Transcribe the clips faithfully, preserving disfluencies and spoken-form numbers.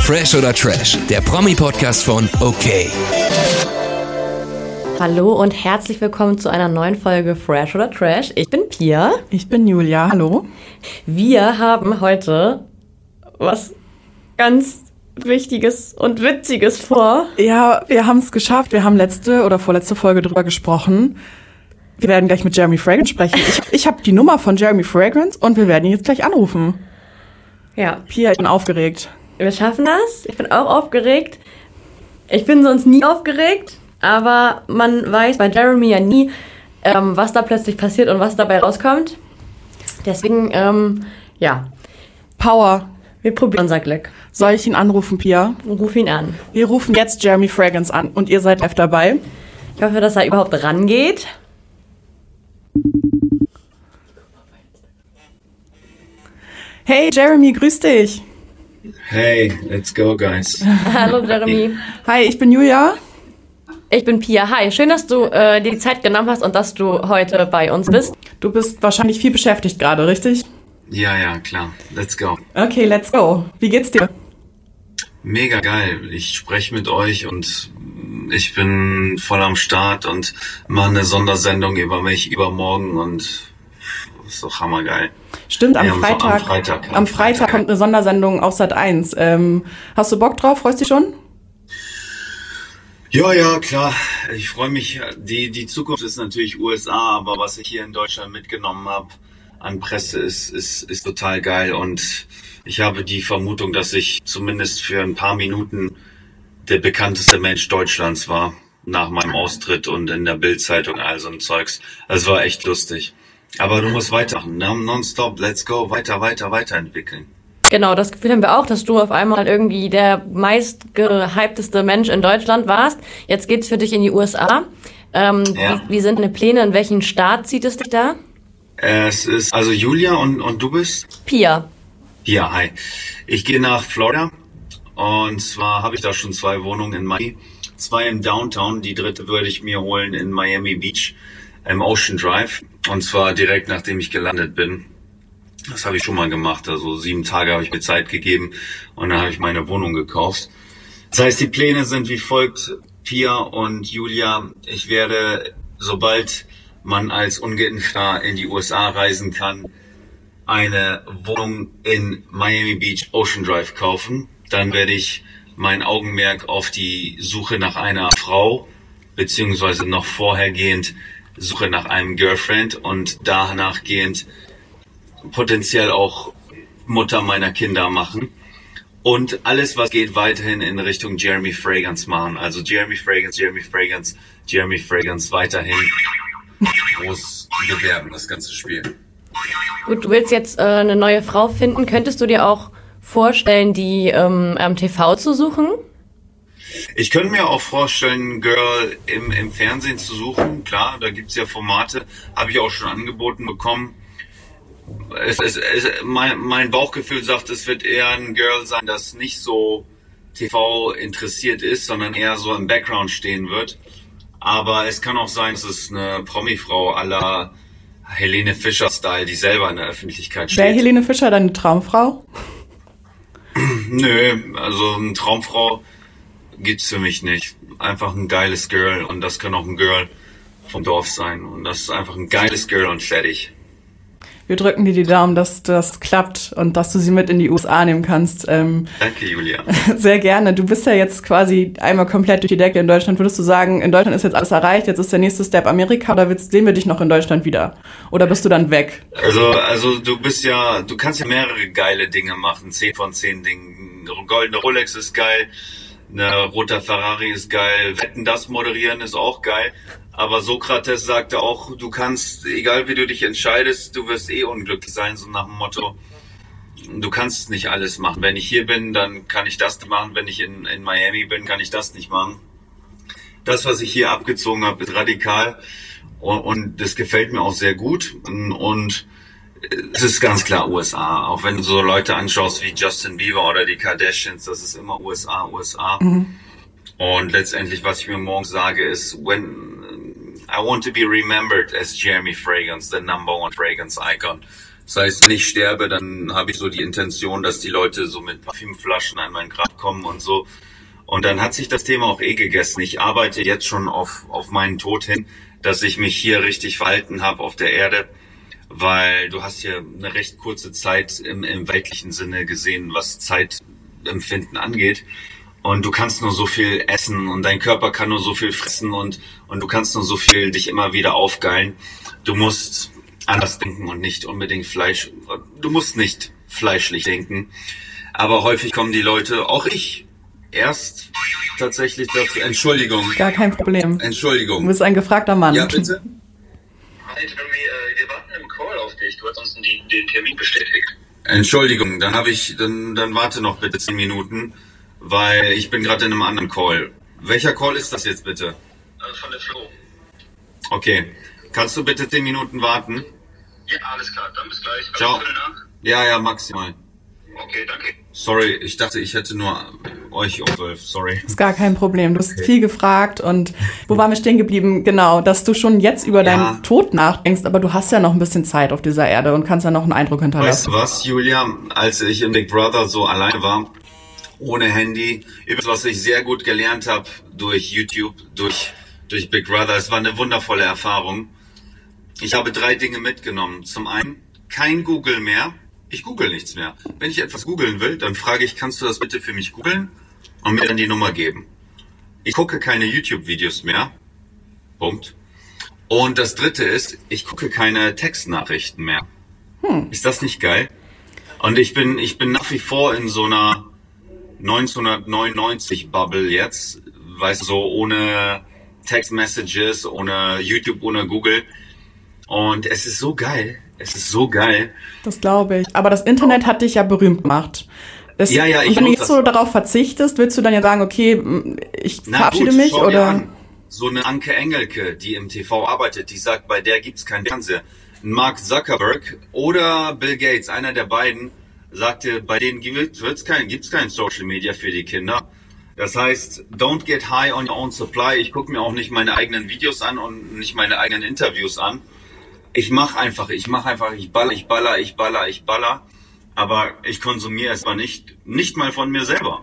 Fresh oder Trash, der Promi-Podcast von OK. Hallo und herzlich willkommen zu einer neuen Folge Fresh oder Trash. Ich bin Pia. Ich bin Julia, hallo. Wir haben heute was ganz Wichtiges und Witziges vor. Ja, wir haben es geschafft. Wir haben letzte oder vorletzte Folge drüber gesprochen. Wir werden gleich mit Jeremy Fragrance sprechen. Ich, ich habe die Nummer von Jeremy Fragrance und wir werden ihn jetzt gleich anrufen. Ja. Pia, ich bin aufgeregt. Wir schaffen das. Ich bin auch aufgeregt. Ich bin sonst nie aufgeregt, aber man weiß bei Jeremy ja nie, ähm, was da plötzlich passiert und was dabei rauskommt. Deswegen, ähm, ja. Power. Wir probieren unser Glück. Soll ich ihn anrufen, Pia? Ruf ihn an. Wir rufen jetzt Jeremy Fragrance an und ihr seid live dabei. Ich hoffe, dass er überhaupt rangeht. Hey, Jeremy, grüß dich. Hey, let's go, guys. Hallo, Jeremy. Hi, ich bin Julia. Ich bin Pia. Hi, schön, dass du äh, dir die Zeit genommen hast und dass du heute bei uns bist. Du bist wahrscheinlich viel beschäftigt gerade, richtig? Ja, ja, klar. Let's go. Okay, let's go. Wie geht's dir? Mega geil. Ich spreche mit euch und ich bin voll am Start und mache eine Sondersendung über mich übermorgen und ist doch hammergeil. Stimmt, am, ja, Freitag, am Freitag. Am, am Freitag, Freitag kommt eine Sondersendung auf Sat eins. Ähm, hast du Bock drauf? Freust du dich schon? Ja, ja, klar. Ich freue mich. Die, die Zukunft ist natürlich U S A, aber was ich hier in Deutschland mitgenommen habe an Presse ist, ist, ist total geil. Und ich habe die Vermutung, dass ich zumindest für ein paar Minuten der bekannteste Mensch Deutschlands war nach meinem Austritt und in der Bild-Zeitung all so ein Zeugs. Es war echt lustig. Aber du musst weitermachen, ne? Nonstop, let's go, weiter, weiter, weiterentwickeln. Genau, das Gefühl haben wir auch, dass du auf einmal irgendwie der meist gehypteste Mensch in Deutschland warst. Jetzt geht's für dich in die U S A. Ähm, ja. wie, wie sind deine Pläne? In welchen Staat zieht es dich da? Es ist, also Julia und, und du bist? Pia. Pia, hi. Ich gehe nach Florida und zwar habe ich da schon zwei Wohnungen in Miami. Zwei im Downtown, die dritte würde ich mir holen in Miami Beach im Ocean Drive. Und zwar direkt nachdem ich gelandet bin. Das habe ich schon mal gemacht. Also sieben Tage habe ich mir Zeit gegeben und dann habe ich meine Wohnung gekauft. Das heißt, die Pläne sind wie folgt, Pia und Julia. Ich werde, sobald man als Ungeimpfter in die U S A reisen kann, eine Wohnung in Miami Beach Ocean Drive kaufen. Dann werde ich mein Augenmerk auf die Suche nach einer Frau, beziehungsweise noch vorhergehend Suche nach einem Girlfriend und danach gehend potenziell auch Mutter meiner Kinder machen. Und alles, was geht, weiterhin in Richtung Jeremy Fragrance machen. Also Jeremy Fragrance, Jeremy Fragrance, Jeremy Fragrance weiterhin groß bewerben, das ganze Spiel. Gut, du willst jetzt äh, eine neue Frau finden. Könntest du dir auch vorstellen, die ähm, am T V zu suchen? Ich könnte mir auch vorstellen, ein Girl im, im Fernsehen zu suchen. Klar, da gibt's ja Formate, habe ich auch schon angeboten bekommen. Es, es, es, mein, mein Bauchgefühl sagt, es wird eher ein Girl sein, das nicht so T V interessiert ist, sondern eher so im Background stehen wird. Aber es kann auch sein, dass es eine Promi-Frau à la Helene Fischer-Style, die selber in der Öffentlichkeit steht. Wäre Helene Fischer deine Traumfrau? Nö, also eine Traumfrau gibt's für mich nicht. Einfach ein geiles Girl und das kann auch ein Girl vom Dorf sein und das ist einfach ein geiles Girl und fertig. Wir drücken dir die Daumen, dass das klappt und dass du sie mit in die U S A nehmen kannst. Ähm, Danke, Julia. Sehr gerne. Du bist ja jetzt quasi einmal komplett durch die Decke in Deutschland. Würdest du sagen, in Deutschland ist jetzt alles erreicht, jetzt ist der nächste Step Amerika oder willst, sehen wir dich noch in Deutschland wieder? Oder bist du dann weg? Also, also du bist ja, du kannst ja mehrere geile Dinge machen. Zehn von zehn Dingen. Goldene Rolex ist geil, eine roter Ferrari ist geil, Wetten, das moderieren ist auch geil. Aber Sokrates sagte auch, du kannst, egal wie du dich entscheidest, du wirst eh unglücklich sein, so nach dem Motto, du kannst nicht alles machen. Wenn ich hier bin, dann kann ich das nicht machen. Wenn ich in, in Miami bin, kann ich das nicht machen. Das, was ich hier abgezogen habe, ist radikal und, und das gefällt mir auch sehr gut. Und, und es ist ganz klar U S A. Auch wenn du so Leute anschaust wie Justin Bieber oder die Kardashians, das ist immer U S A, U S A. Mhm. Und letztendlich, was ich mir morgens sage, ist, when I want to be remembered as Jeremy Fragrance, the number one fragrance icon. Das heißt, wenn ich sterbe, dann habe ich so die Intention, dass die Leute so mit Parfümflaschen an mein Grab kommen und so. Und dann hat sich das Thema auch eh gegessen. Ich arbeite jetzt schon auf, auf meinen Tod hin, dass ich mich hier richtig verhalten habe auf der Erde, weil du hast hier eine recht kurze Zeit im, im weltlichen Sinne gesehen, was Zeitempfinden angeht. Und du kannst nur so viel essen und dein Körper kann nur so viel fressen und, und du kannst nur so viel dich immer wieder aufgeilen. Du musst anders denken und nicht unbedingt Fleisch, du musst nicht fleischlich denken. Aber häufig kommen die Leute, auch ich, erst tatsächlich dazu, Entschuldigung. Gar kein Problem. Entschuldigung. Du bist ein gefragter Mann. Ja, bitte? Hi Jeremy, äh, wir warten im Call auf dich. Du hast uns die, den Termin bestätigt. Entschuldigung, dann habe ich, dann, dann warte noch bitte zehn Minuten, weil ich bin gerade in einem anderen Call. Welcher Call ist das jetzt bitte? Äh, von der Flo. Okay. Kannst du bitte zehn Minuten warten? Ja, alles klar. Dann bis gleich. Ciao. Viertel nach? Ja, ja, maximal. Okay, danke. Sorry, ich dachte, ich hätte nur euch um zwölf. Sorry. Ist gar kein Problem. Du hast viel gefragt und wo waren wir stehen geblieben? Genau, dass du schon jetzt über Ja. deinen Tod nachdenkst, aber du hast ja noch ein bisschen Zeit auf dieser Erde und kannst ja noch einen Eindruck Weißt hinterlassen. du was, Julia? Als ich im Big Brother so alleine war, ohne Handy, übrigens, was ich sehr gut gelernt habe durch YouTube, durch, durch Big Brother, es war eine wundervolle Erfahrung. Ich habe drei Dinge mitgenommen. Zum einen, kein Google mehr. Ich google nichts mehr. Wenn ich etwas googeln will, dann frage ich, kannst du das bitte für mich googeln und mir dann die Nummer geben. Ich gucke keine YouTube-Videos mehr. Punkt. Und das dritte ist, ich gucke keine Textnachrichten mehr. Hm. Ist das nicht geil? Und ich bin, ich bin nach wie vor in so einer neunzehnhundertneunundneunzig-Bubble jetzt. Weißt du, so ohne Text-Messages, ohne YouTube, ohne Google. Und es ist so geil. Es ist so geil. Das glaube ich. Aber das Internet hat dich ja berühmt gemacht. Das, Ja, ja, ich und wenn du muss jetzt das- so darauf verzichtest, willst du dann ja sagen, okay, ich Na verabschiede gut, mich schau dir oder? an. So eine Anke Engelke, die im T V arbeitet, die sagt, bei der gibt's kein Fernseher. Mark Zuckerberg oder Bill Gates, einer der beiden, sagte, bei denen gibt's wird's kein, gibt's kein Social Media für die Kinder. Das heißt, don't get high on your own supply. Ich gucke mir auch nicht meine eigenen Videos an und nicht meine eigenen Interviews an. Ich mache einfach, ich mache einfach, ich baller, ich baller, ich baller, ich baller. Aber ich konsumiere es mal nicht, nicht mal von mir selber.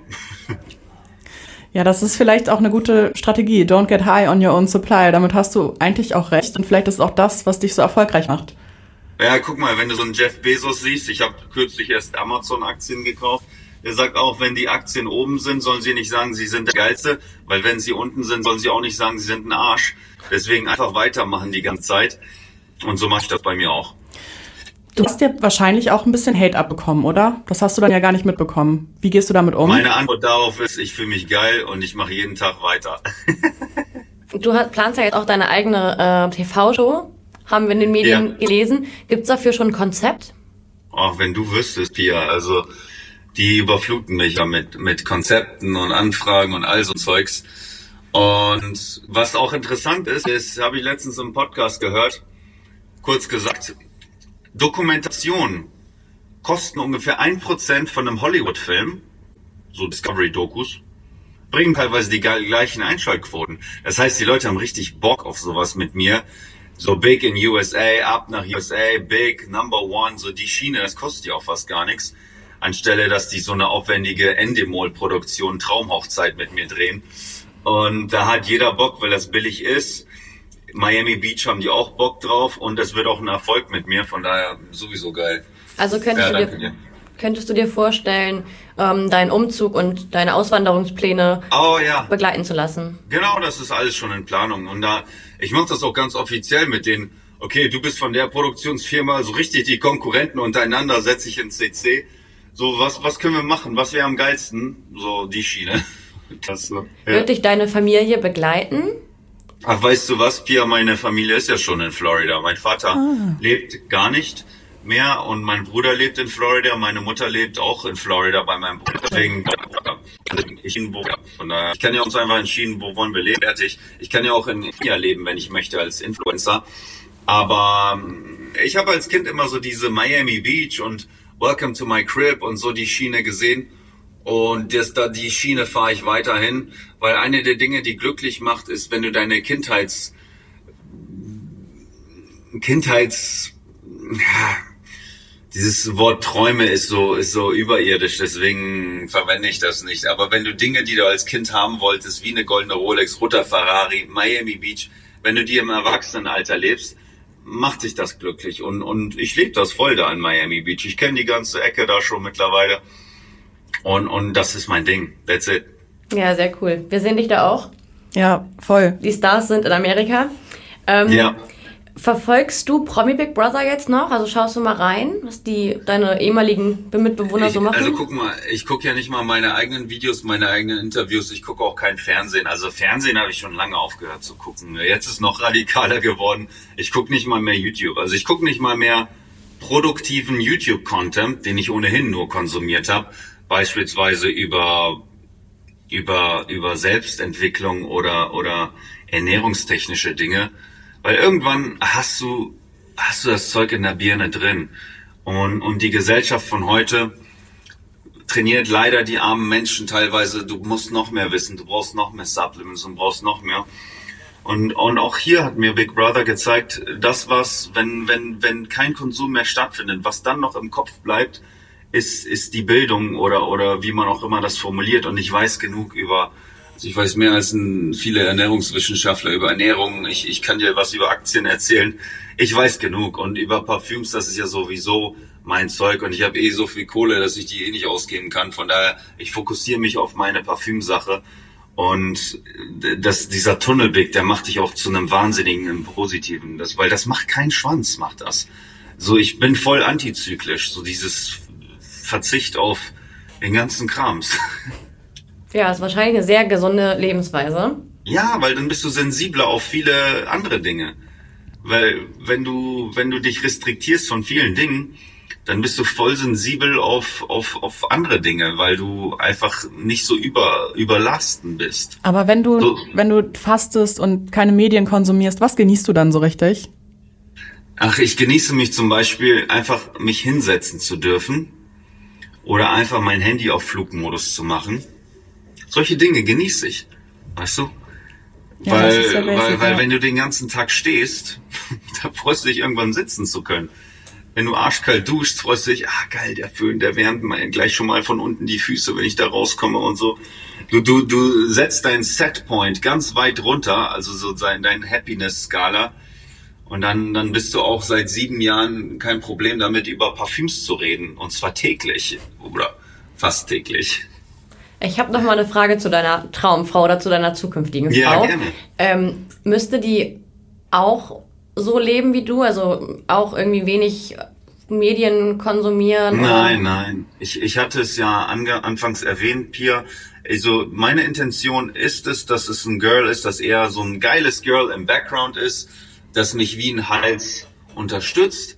Ja, das ist vielleicht auch eine gute Strategie. Don't get high on your own supply. Damit hast du eigentlich auch recht. Und vielleicht ist auch das, was dich so erfolgreich macht. Ja, guck mal, wenn du so einen Jeff Bezos siehst, ich habe kürzlich erst Amazon-Aktien gekauft, der sagt auch, wenn die Aktien oben sind, sollen sie nicht sagen, sie sind der Geilste, weil wenn sie unten sind, sollen sie auch nicht sagen, sie sind ein Arsch. Deswegen einfach weitermachen die ganze Zeit. Und so mache ich das bei mir auch. Du hast ja wahrscheinlich auch ein bisschen Hate abbekommen, oder? Das hast du dann ja gar nicht mitbekommen. Wie gehst du damit um? Meine Antwort darauf ist, ich fühle mich geil und ich mache jeden Tag weiter. Du hast, planst ja jetzt auch deine eigene äh, T V-Show, haben wir in den Medien Ja. gelesen. Gibt's dafür schon ein Konzept? Auch wenn du wüsstest, Pia, also die überfluten mich ja mit, mit Konzepten und Anfragen und all so Zeugs. Und was auch interessant ist, ist, habe ich letztens im Podcast gehört, kurz gesagt, Dokumentation kosten ungefähr ein Prozent von einem Hollywood-Film, so Discovery-Dokus, bringen teilweise die gleichen Einschaltquoten. Das heißt, die Leute haben richtig Bock auf sowas mit mir. So Big in U S A, ab nach U S A, Big, Number One, so die Schiene, das kostet ja auch fast gar nichts. Anstelle, dass die so eine aufwendige Endemol-Produktion, Traumhochzeit mit mir drehen. Und da hat jeder Bock, weil das billig ist. Miami Beach haben die auch Bock drauf und das wird auch ein Erfolg mit mir, von daher sowieso geil. Also könntest, Ja, du, danke dir, dir. könntest du dir vorstellen, ähm, deinen Umzug und deine Auswanderungspläne Oh ja, begleiten zu lassen? genau, das ist alles schon in Planung. Und da, ich mache das auch ganz offiziell mit den, okay, du bist von der Produktionsfirma, so richtig die Konkurrenten untereinander, setze ich in C C. So, was, was können wir machen? Was wäre am geilsten? So, die Schiene. Das so. Ja. Wird dich deine Familie begleiten? Ach, weißt du was, Pia, meine Familie ist ja schon in Florida. Mein Vater Ah. lebt gar nicht mehr und mein Bruder lebt in Florida. Meine Mutter lebt auch in Florida bei meinem Bruder. Deswegen, ich, von daher, ich kann ja uns einfach entschieden, wo wollen wir leben, fertig. Ich kann ja auch in India leben, wenn ich möchte, als Influencer. Aber ich habe als Kind immer so diese Miami Beach und Welcome to my crib und so die Schiene gesehen. Und das, da die Schiene fahre ich weiterhin, weil eine der Dinge, die glücklich macht, ist, wenn du deine Kindheits, Kindheits, ja, dieses Wort Träume ist so, ist so überirdisch, deswegen verwende ich das nicht. Aber wenn du Dinge, die du als Kind haben wolltest, wie eine goldene Rolex, roter Ferrari, Miami Beach, wenn du die im Erwachsenenalter lebst, macht sich das glücklich. Und, und ich lebe das voll da in Miami Beach. Ich kenne die ganze Ecke da schon mittlerweile. Und, und das ist mein Ding. That's it. Ja, sehr cool. Wir sehen dich da auch. Ja, voll. Die Stars sind in Amerika. Ähm, Ja. Verfolgst du Promi Big Brother jetzt noch? Also schaust du mal rein, was die deine ehemaligen Mitbewohner Ich, so machen? also guck mal, ich gucke ja nicht mal meine eigenen Videos, meine eigenen Interviews. Ich gucke auch kein Fernsehen. Also Fernsehen habe ich schon lange aufgehört zu gucken. Jetzt ist noch radikaler geworden. Ich gucke nicht mal mehr YouTube. Also ich gucke nicht mal mehr produktiven YouTube-Content, den ich ohnehin nur konsumiert habe. Beispielsweise über über über Selbstentwicklung oder oder ernährungstechnische Dinge. Weil irgendwann hast du, hast du das Zeug in der Birne drin. Und, und die Gesellschaft von heute trainiert leider die armen Menschen teilweise. Du musst noch mehr wissen, du brauchst noch mehr Supplements und brauchst noch mehr. Und, und auch hier hat mir Big Brother gezeigt, das was, wenn, wenn, wenn kein Konsum mehr stattfindet, was dann noch im Kopf bleibt, ist, ist die Bildung oder, oder wie man auch immer das formuliert. Und ich weiß genug über, Also ich weiß mehr als ein, viele Ernährungswissenschaftler über Ernährung. Ich, ich kann dir was über Aktien erzählen. Ich weiß genug. Und über Parfüms, das ist ja sowieso mein Zeug. Und ich habe eh so viel Kohle, dass ich die eh nicht ausgeben kann. Von daher, ich fokussiere mich auf meine Parfümsache. Und das, dieser Tunnelblick, der macht dich auch zu einem Wahnsinnigen im Positiven. Das, weil das macht kein Schwanz, macht das. So, ich bin voll antizyklisch. So dieses Verzicht auf den ganzen Krams. Ja, ist wahrscheinlich eine sehr gesunde Lebensweise. Ja, weil dann bist du sensibler auf viele andere Dinge. Weil wenn du, wenn du dich restriktierst von vielen Dingen, dann bist du voll sensibel auf, auf, auf andere Dinge, weil du einfach nicht so über, überlasten bist. Aber wenn du, So. wenn du fastest und keine Medien konsumierst, was genießt du dann so richtig? Ach, ich genieße mich zum Beispiel einfach, mich hinsetzen zu dürfen oder einfach mein Handy auf Flugmodus zu machen. Solche Dinge genieße ich, weißt du? Ja, weil, das ist ja basic, weil, weil ja. wenn du den ganzen Tag stehst, da freust du dich irgendwann sitzen zu können. Wenn du arschkalt duschst, freust du dich, ah geil, der Föhn, der wärmt mal gleich schon mal von unten die Füße, wenn ich da rauskomme und so. Du, du, du setzt deinen Setpoint ganz weit runter, also so dein, dein Happiness-Skala. Und dann, dann bist du auch seit sieben Jahren kein Problem damit, über Parfüms zu reden. Und zwar täglich oder fast täglich. Ich habe noch mal eine Frage zu deiner Traumfrau oder zu deiner zukünftigen Frau. Ja, gerne. Ähm, müsste die auch so leben wie du? Also auch irgendwie wenig Medien konsumieren? Nein, oder? nein. Ich, ich hatte es ja ange, anfangs erwähnt, Pia. Also meine Intention ist es, dass es ein Girl ist, dass eher so ein geiles Girl im Background ist, das mich wie ein Hals unterstützt.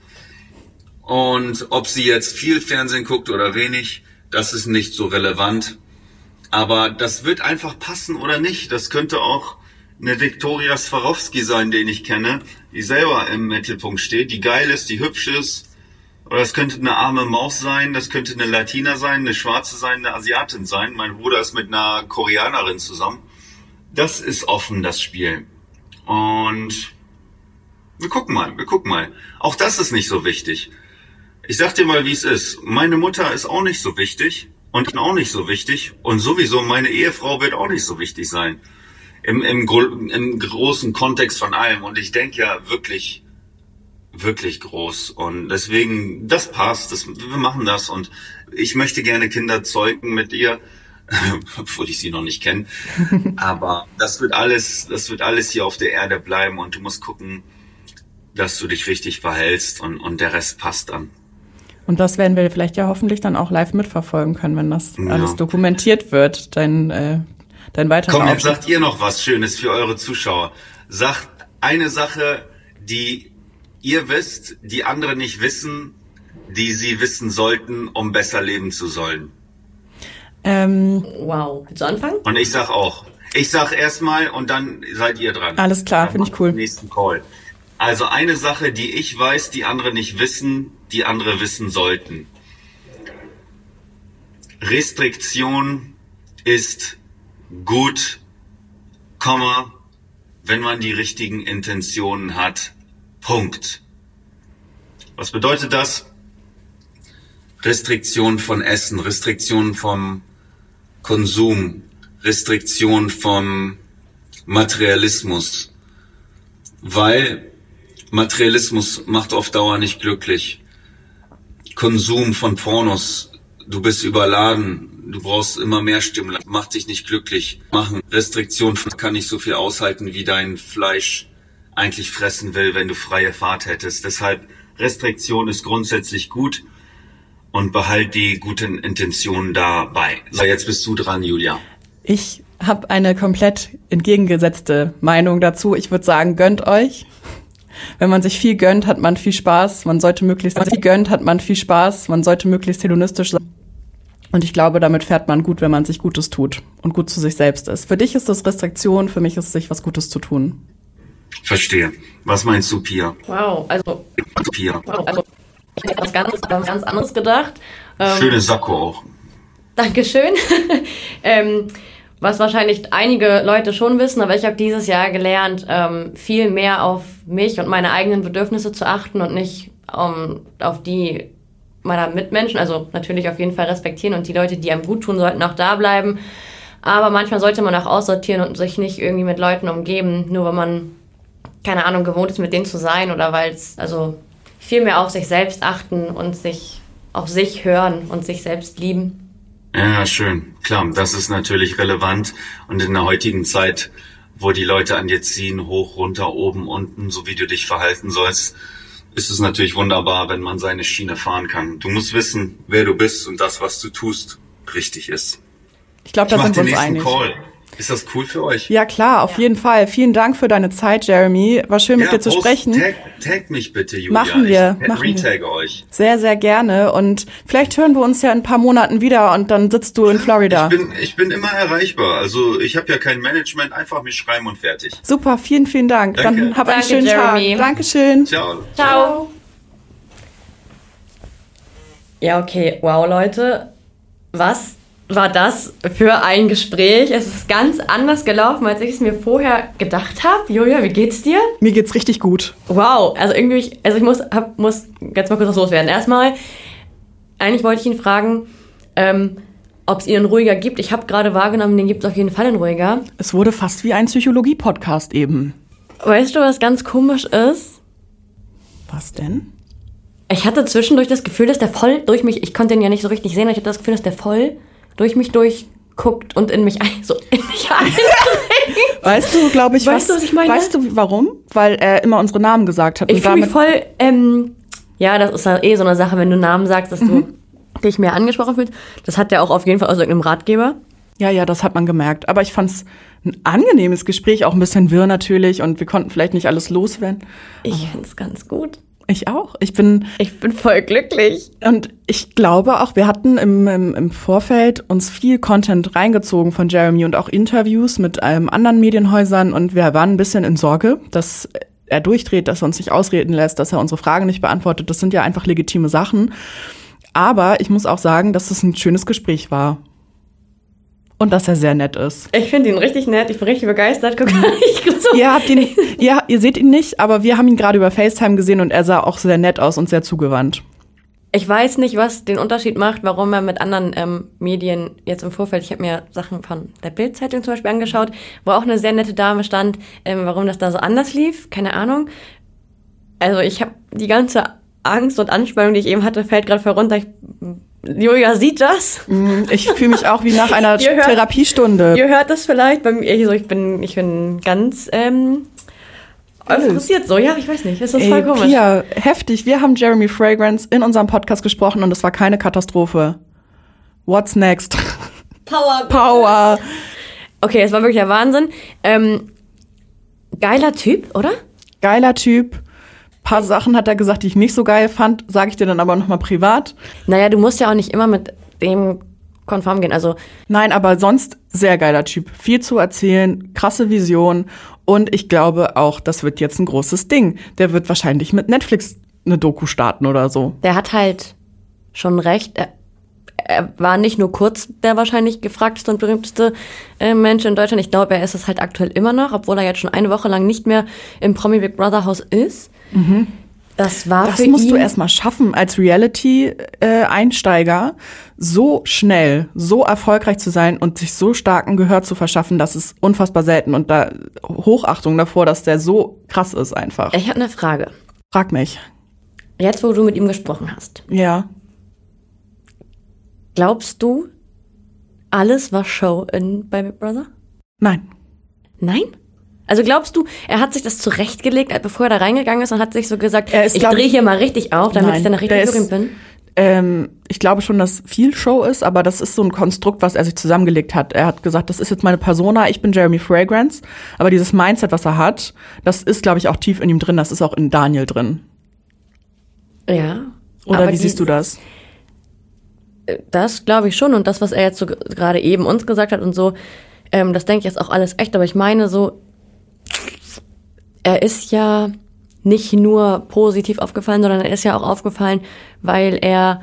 Und ob sie jetzt viel Fernsehen guckt oder wenig, das ist nicht so relevant. Aber das wird einfach passen oder nicht. Das könnte auch eine Viktoria Swarovski sein, den ich kenne, die selber im Mittelpunkt steht, die geil ist, die hübsch ist. Oder es könnte eine arme Maus sein, das könnte eine Latina sein, eine Schwarze sein, eine Asiatin sein. Mein Bruder ist mit einer Koreanerin zusammen. Das ist offen, das Spiel. Und wir gucken mal, wir gucken mal. Auch das ist nicht so wichtig. Ich sag dir mal, wie es ist. Meine Mutter ist auch nicht so wichtig und ich bin auch nicht so wichtig. Und sowieso meine Ehefrau wird auch nicht so wichtig sein. Im, im, im großen Kontext von allem. Und ich denke ja wirklich, wirklich groß. Und deswegen, das passt. Das, wir machen das. Und ich möchte gerne Kinder zeugen mit ihr, obwohl ich sie noch nicht kenne. Aber das wird alles, das wird alles hier auf der Erde bleiben. Und du musst gucken, dass du dich richtig verhältst. Und, und der Rest passt dann. Und das werden wir vielleicht ja hoffentlich dann auch live mitverfolgen können, wenn das Ja. alles dokumentiert wird, dein, äh, dein weiterer Komm, jetzt Auftritt. sagt ihr noch was Schönes für eure Zuschauer. Sagt eine Sache, die ihr wisst, die andere nicht wissen, die sie wissen sollten, um besser leben zu sollen. Ähm, Wow. Willst du anfangen? Und ich sag auch. Ich sag erstmal und dann seid ihr dran. Alles klar, Dann finde ich machen wir cool. den nächsten Call. Also eine Sache, die ich weiß, die andere nicht wissen, die andere wissen sollten. Restriktion ist gut, Komma, wenn man die richtigen Intentionen hat. Punkt. Was bedeutet das? Restriktion von Essen, Restriktion vom Konsum, Restriktion vom Materialismus. Weil Materialismus macht auf Dauer nicht glücklich. Konsum von Pornos, du bist überladen, du brauchst immer mehr Stimulus, macht dich nicht glücklich. Machen Restriktion kann nicht so viel aushalten, wie dein Fleisch eigentlich fressen will, wenn du freie Fahrt hättest. Deshalb Restriktion ist grundsätzlich gut und behalt die guten Intentionen dabei. So, jetzt bist du dran, Julia. Ich habe eine komplett entgegengesetzte Meinung dazu. Ich würde sagen, gönnt euch. Wenn man sich viel gönnt, hat man viel Spaß. Man sollte möglichst, wenn man sich gönnt, hat man viel Spaß. Man sollte möglichst hedonistisch sein. Und ich glaube, damit fährt man gut, wenn man sich Gutes tut und gut zu sich selbst ist. Für dich ist das Restriktion, für mich ist es sich was Gutes zu tun. Verstehe. Was meinst du, Pia? Wow, also, Pia. wow, also ich hätte etwas ganz, ganz anderes gedacht. Ähm, Schönes Sakko auch. Dankeschön. ähm, was wahrscheinlich einige Leute schon wissen, aber ich habe dieses Jahr gelernt, ähm, viel mehr auf mich und meine eigenen Bedürfnisse zu achten und nicht um, auf die meiner Mitmenschen. Also natürlich auf jeden Fall respektieren und die Leute, die einem gut tun, sollten auch da bleiben. Aber manchmal sollte man auch aussortieren und sich nicht irgendwie mit Leuten umgeben, nur weil man, keine Ahnung, gewohnt ist, mit denen zu sein oder weil es, also viel mehr auf sich selbst achten und sich auf sich hören und sich selbst lieben. Ja, schön. Klar, das ist natürlich relevant. Und in der heutigen Zeit, wo die Leute an dir ziehen, hoch, runter, oben, unten, so wie du dich verhalten sollst, ist es natürlich wunderbar, wenn man seine Schiene fahren kann. Du musst wissen, wer du bist und das, was du tust, richtig ist. Ich glaube, da Ich mach sind wir den uns nächsten einig. Call. Ist das cool für euch? Ja, klar, auf Ja. jeden Fall. Vielen Dank für deine Zeit, Jeremy. War schön, mit Ja, dir zu post- sprechen. Tag, tag mich bitte, Julia. Machen wir, Ich machen wir. retagge euch. Sehr, sehr gerne. Und vielleicht hören wir uns ja in ein paar Monaten wieder und dann sitzt du in Florida. Ich bin, ich bin immer erreichbar. Also ich habe ja kein Management, einfach mich schreiben und fertig. Super, vielen, vielen Dank. Danke. Dann hab einen Danke, schönen Jeremy. Tag. Dankeschön. Ciao. Ciao. Ja, okay. Wow, Leute. Was war das für ein Gespräch? Es ist ganz anders gelaufen, als ich es mir vorher gedacht habe. Julia, wie geht's dir? Mir geht's richtig gut. Wow. Also irgendwie, also ich muss, hab, muss ganz mal kurz was loswerden. Erstmal, eigentlich wollte ich ihn fragen, ähm, ob es ihn in Ruhiger gibt. Ich habe gerade wahrgenommen, den gibt es auf jeden Fall in Ruhiger. Es wurde fast wie ein Psychologie-Podcast eben. Weißt du, was ganz komisch ist? Was denn? Ich hatte zwischendurch das Gefühl, dass der voll durch mich, ich konnte ihn ja nicht so richtig sehen, aber ich hatte das Gefühl, dass der voll durch mich durchguckt und in mich ein, so in mich eindringt. Weißt du, glaube ich, Weißt was, du, was ich meine? Weißt du, warum? Weil er immer unsere Namen gesagt hat. Ich und fühle mich damit voll, ähm, ja, das ist ja eh so eine Sache, wenn du Namen sagst, dass du dich mehr angesprochen fühlst. Das hat er auch auf jeden Fall aus irgendeinem Ratgeber. Ja, ja, das hat man gemerkt. Aber ich fand's ein angenehmes Gespräch, auch ein bisschen wirr natürlich. Und wir konnten vielleicht nicht alles loswerden. Ich find's ganz gut. Ich auch. Ich bin, Ich bin voll glücklich. und ich glaube auch, wir hatten im, im, im Vorfeld uns viel Content reingezogen von Jeremy und auch Interviews mit ähm, anderen Medienhäusern. Und wir waren ein bisschen in Sorge, dass er durchdreht, dass er uns nicht ausreden lässt, dass er unsere Fragen nicht beantwortet. Das sind ja einfach legitime Sachen. Aber ich muss auch sagen, dass es ein schönes Gespräch war. Und dass er sehr nett ist. Ich finde ihn richtig nett. Ich bin richtig begeistert. Guck mal, ich so. Ihr habt ihn, ihr, ihr seht ihn nicht, aber wir haben ihn gerade über FaceTime gesehen und er sah auch sehr nett aus und sehr zugewandt. Ich weiß nicht, was den Unterschied macht, warum er mit anderen ähm, Medien jetzt im Vorfeld, ich habe mir Sachen von der Bild-Zeitung zum Beispiel angeschaut, wo auch eine sehr nette Dame stand, ähm, warum das da so anders lief, keine Ahnung. Also ich habe die ganze Angst und Anspannung, die ich eben hatte, fällt gerade voll runter. Ich, Julia sieht das. Ich fühle mich auch wie nach einer Ihr hört- Therapiestunde. Ihr hört das vielleicht bei mir. Also ich bin, ich bin ganz ähm, euphorisiert so. Ja, ich weiß nicht. Das ist voll Ey, komisch. Pia, heftig. Wir haben Jeremy Fragrance in unserem Podcast gesprochen und es war keine Katastrophe. What's next? Power. Power. Okay, es war wirklich der Wahnsinn. Ähm, geiler Typ, oder? Geiler Typ. Paar Sachen hat er gesagt, die ich nicht so geil fand. Sage ich dir dann aber nochmal privat. Naja, du musst ja auch nicht immer mit dem konform gehen. Also Nein, aber sonst sehr geiler Typ. Viel zu erzählen, krasse Vision. Und ich glaube auch, das wird jetzt ein großes Ding. Der wird wahrscheinlich mit Netflix eine Doku starten oder so. der hat halt schon recht. Er, er war nicht nur kurz der wahrscheinlich gefragteste und berühmteste äh, Mensch in Deutschland. Ich glaube, er ist es halt aktuell immer noch, obwohl er jetzt schon eine Woche lang nicht mehr im Promi Big Brother Haus ist. Das war Das für musst ihn du erstmal schaffen, als Reality-Einsteiger so schnell, so erfolgreich zu sein und sich so starken Gehör zu verschaffen, das ist unfassbar selten. Und da Hochachtung davor, dass der so krass ist einfach. Ich habe eine Frage. Frag mich. Jetzt, wo du mit ihm gesprochen hast, Ja. glaubst du, alles war Show in, bei Big Brother? Nein. Nein? Also glaubst du, er hat sich das zurechtgelegt, bevor er da reingegangen ist und hat sich so gesagt, Er ist, ich glaub drehe ich- hier mal richtig auf, damit Nein, ich dann richtig der ist- berühmt bin? Ähm, ich glaube schon, dass viel Show ist, aber das ist so ein Konstrukt, was er sich zusammengelegt hat. Er hat gesagt, das ist jetzt meine Persona, ich bin Jeremy Fragrance, aber dieses Mindset, was er hat, das ist, glaube ich, auch tief in ihm drin, das ist auch in Daniel drin. Ja. Oder aber wie die- siehst du das? Das glaube ich schon. Und das, was er jetzt so g- gerade eben uns gesagt hat und so, ähm, das denke ich ist auch alles echt. Aber ich meine so, er ist ja nicht nur positiv aufgefallen, sondern er ist ja auch aufgefallen, weil er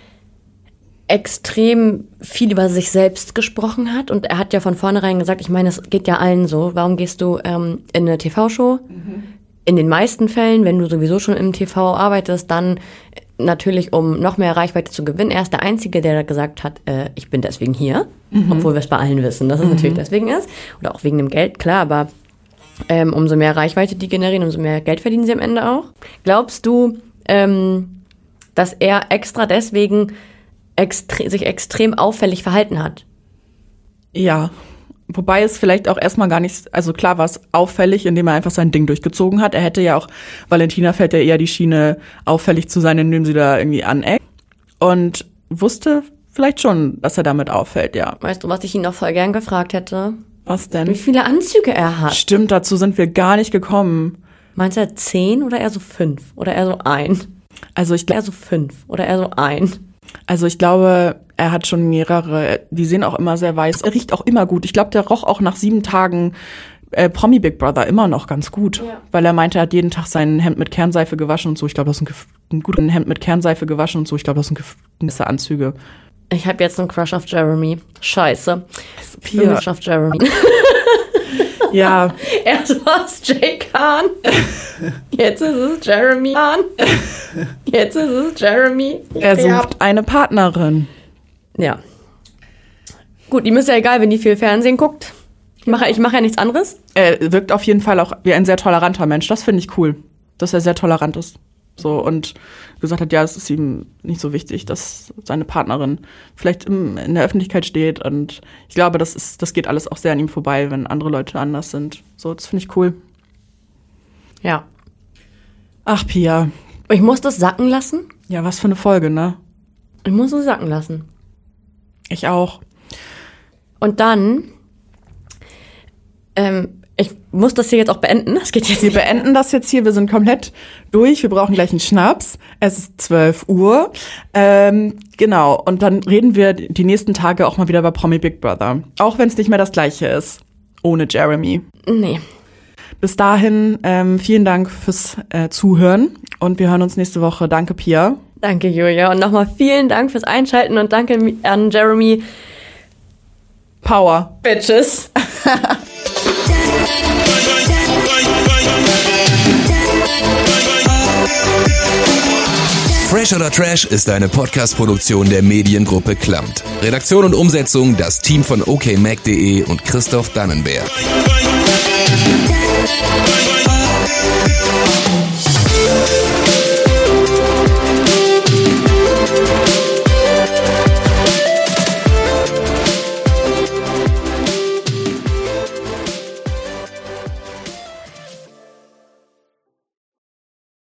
extrem viel über sich selbst gesprochen hat. Und er hat ja von vornherein gesagt, ich meine, es geht ja allen so. Warum gehst du ähm, in eine T V-Show? Mhm. In den meisten Fällen, wenn du sowieso schon im T V arbeitest, dann natürlich, um noch mehr Reichweite zu gewinnen. Er ist der Einzige, der gesagt hat, äh, ich bin deswegen hier. Mhm. Obwohl wir es bei allen wissen, dass es mhm. natürlich deswegen ist. Oder auch wegen dem Geld, klar, aber ähm, umso mehr Reichweite die generieren, umso mehr Geld verdienen sie am Ende auch. Glaubst du, ähm, dass er extra deswegen extre- sich extrem auffällig verhalten hat? Ja. Wobei es vielleicht auch erstmal gar nicht, also klar war es auffällig, indem er einfach sein Ding durchgezogen hat. Er hätte ja auch, Valentina fällt ja eher die Schiene, auffällig zu sein, indem sie da irgendwie aneckt. Und wusste vielleicht schon, dass er damit auffällt, ja. Weißt du, was ich ihn noch voll gern gefragt hätte? Was denn? Wie viele Anzüge er hat. Stimmt, dazu sind wir gar nicht gekommen. Meinst du, er hat zehn oder eher so fünf? Oder eher so ein? Also ich, Eher so fünf oder eher so ein? also ich glaube, er hat schon mehrere, die sehen auch immer sehr weiß. Er riecht auch immer gut. Ich glaube, der roch auch nach sieben Tagen äh, Promi Big Brother immer noch ganz gut. Ja. Weil er meinte, er hat jeden Tag sein Hemd mit Kernseife gewaschen und so. Ich glaube, das ist ein, gef- ein gutes Hemd mit Kernseife gewaschen und so. Ich glaube, das sind gewisse Anzüge. Ich habe jetzt einen Crush auf Jeremy. Scheiße. Ich bin Pia. Crush auf Jeremy. Ja, Erst war es Jay Khan. Jetzt ist es Jeremy Khan. Jetzt ist es Jeremy. er sucht eine Partnerin. Ja. Gut, ihm ist ja egal, wenn die viel Fernsehen guckt. Ich mache, ich mache ja nichts anderes. Er wirkt auf jeden Fall auch wie ein sehr toleranter Mensch. Das finde ich cool, dass er sehr tolerant ist. So, und gesagt hat, ja, es ist ihm nicht so wichtig, dass seine Partnerin vielleicht im, in der Öffentlichkeit steht. Und ich glaube, das ist, das geht alles auch sehr an ihm vorbei, wenn andere Leute anders sind. So, das finde ich cool. Ja. Ach, Pia. Ich muss das sacken lassen. Ja, was für eine Folge, ne? Ich muss es sacken lassen. Ich auch. Und dann, ähm, ich muss das hier jetzt auch beenden. Das geht jetzt Wir nicht. beenden das jetzt hier. Wir sind komplett durch. Wir brauchen gleich einen Schnaps. Es ist zwölf Uhr. Ähm, genau. Und dann reden wir die nächsten Tage auch mal wieder über Promi Big Brother. Auch wenn es nicht mehr das Gleiche ist. Ohne Jeremy. Nee. Bis dahin, ähm, vielen Dank fürs äh, Zuhören. Und wir hören uns nächste Woche. Danke, Pia. Danke, Julia. Und nochmal vielen Dank fürs Einschalten und danke an Jeremy. Power. Bitches. Fresh oder Trash ist eine Podcast-Produktion der Mediengruppe Klamt. Redaktion und Umsetzung das Team von okmac punkt de und Christoph Dannenberg. Bye.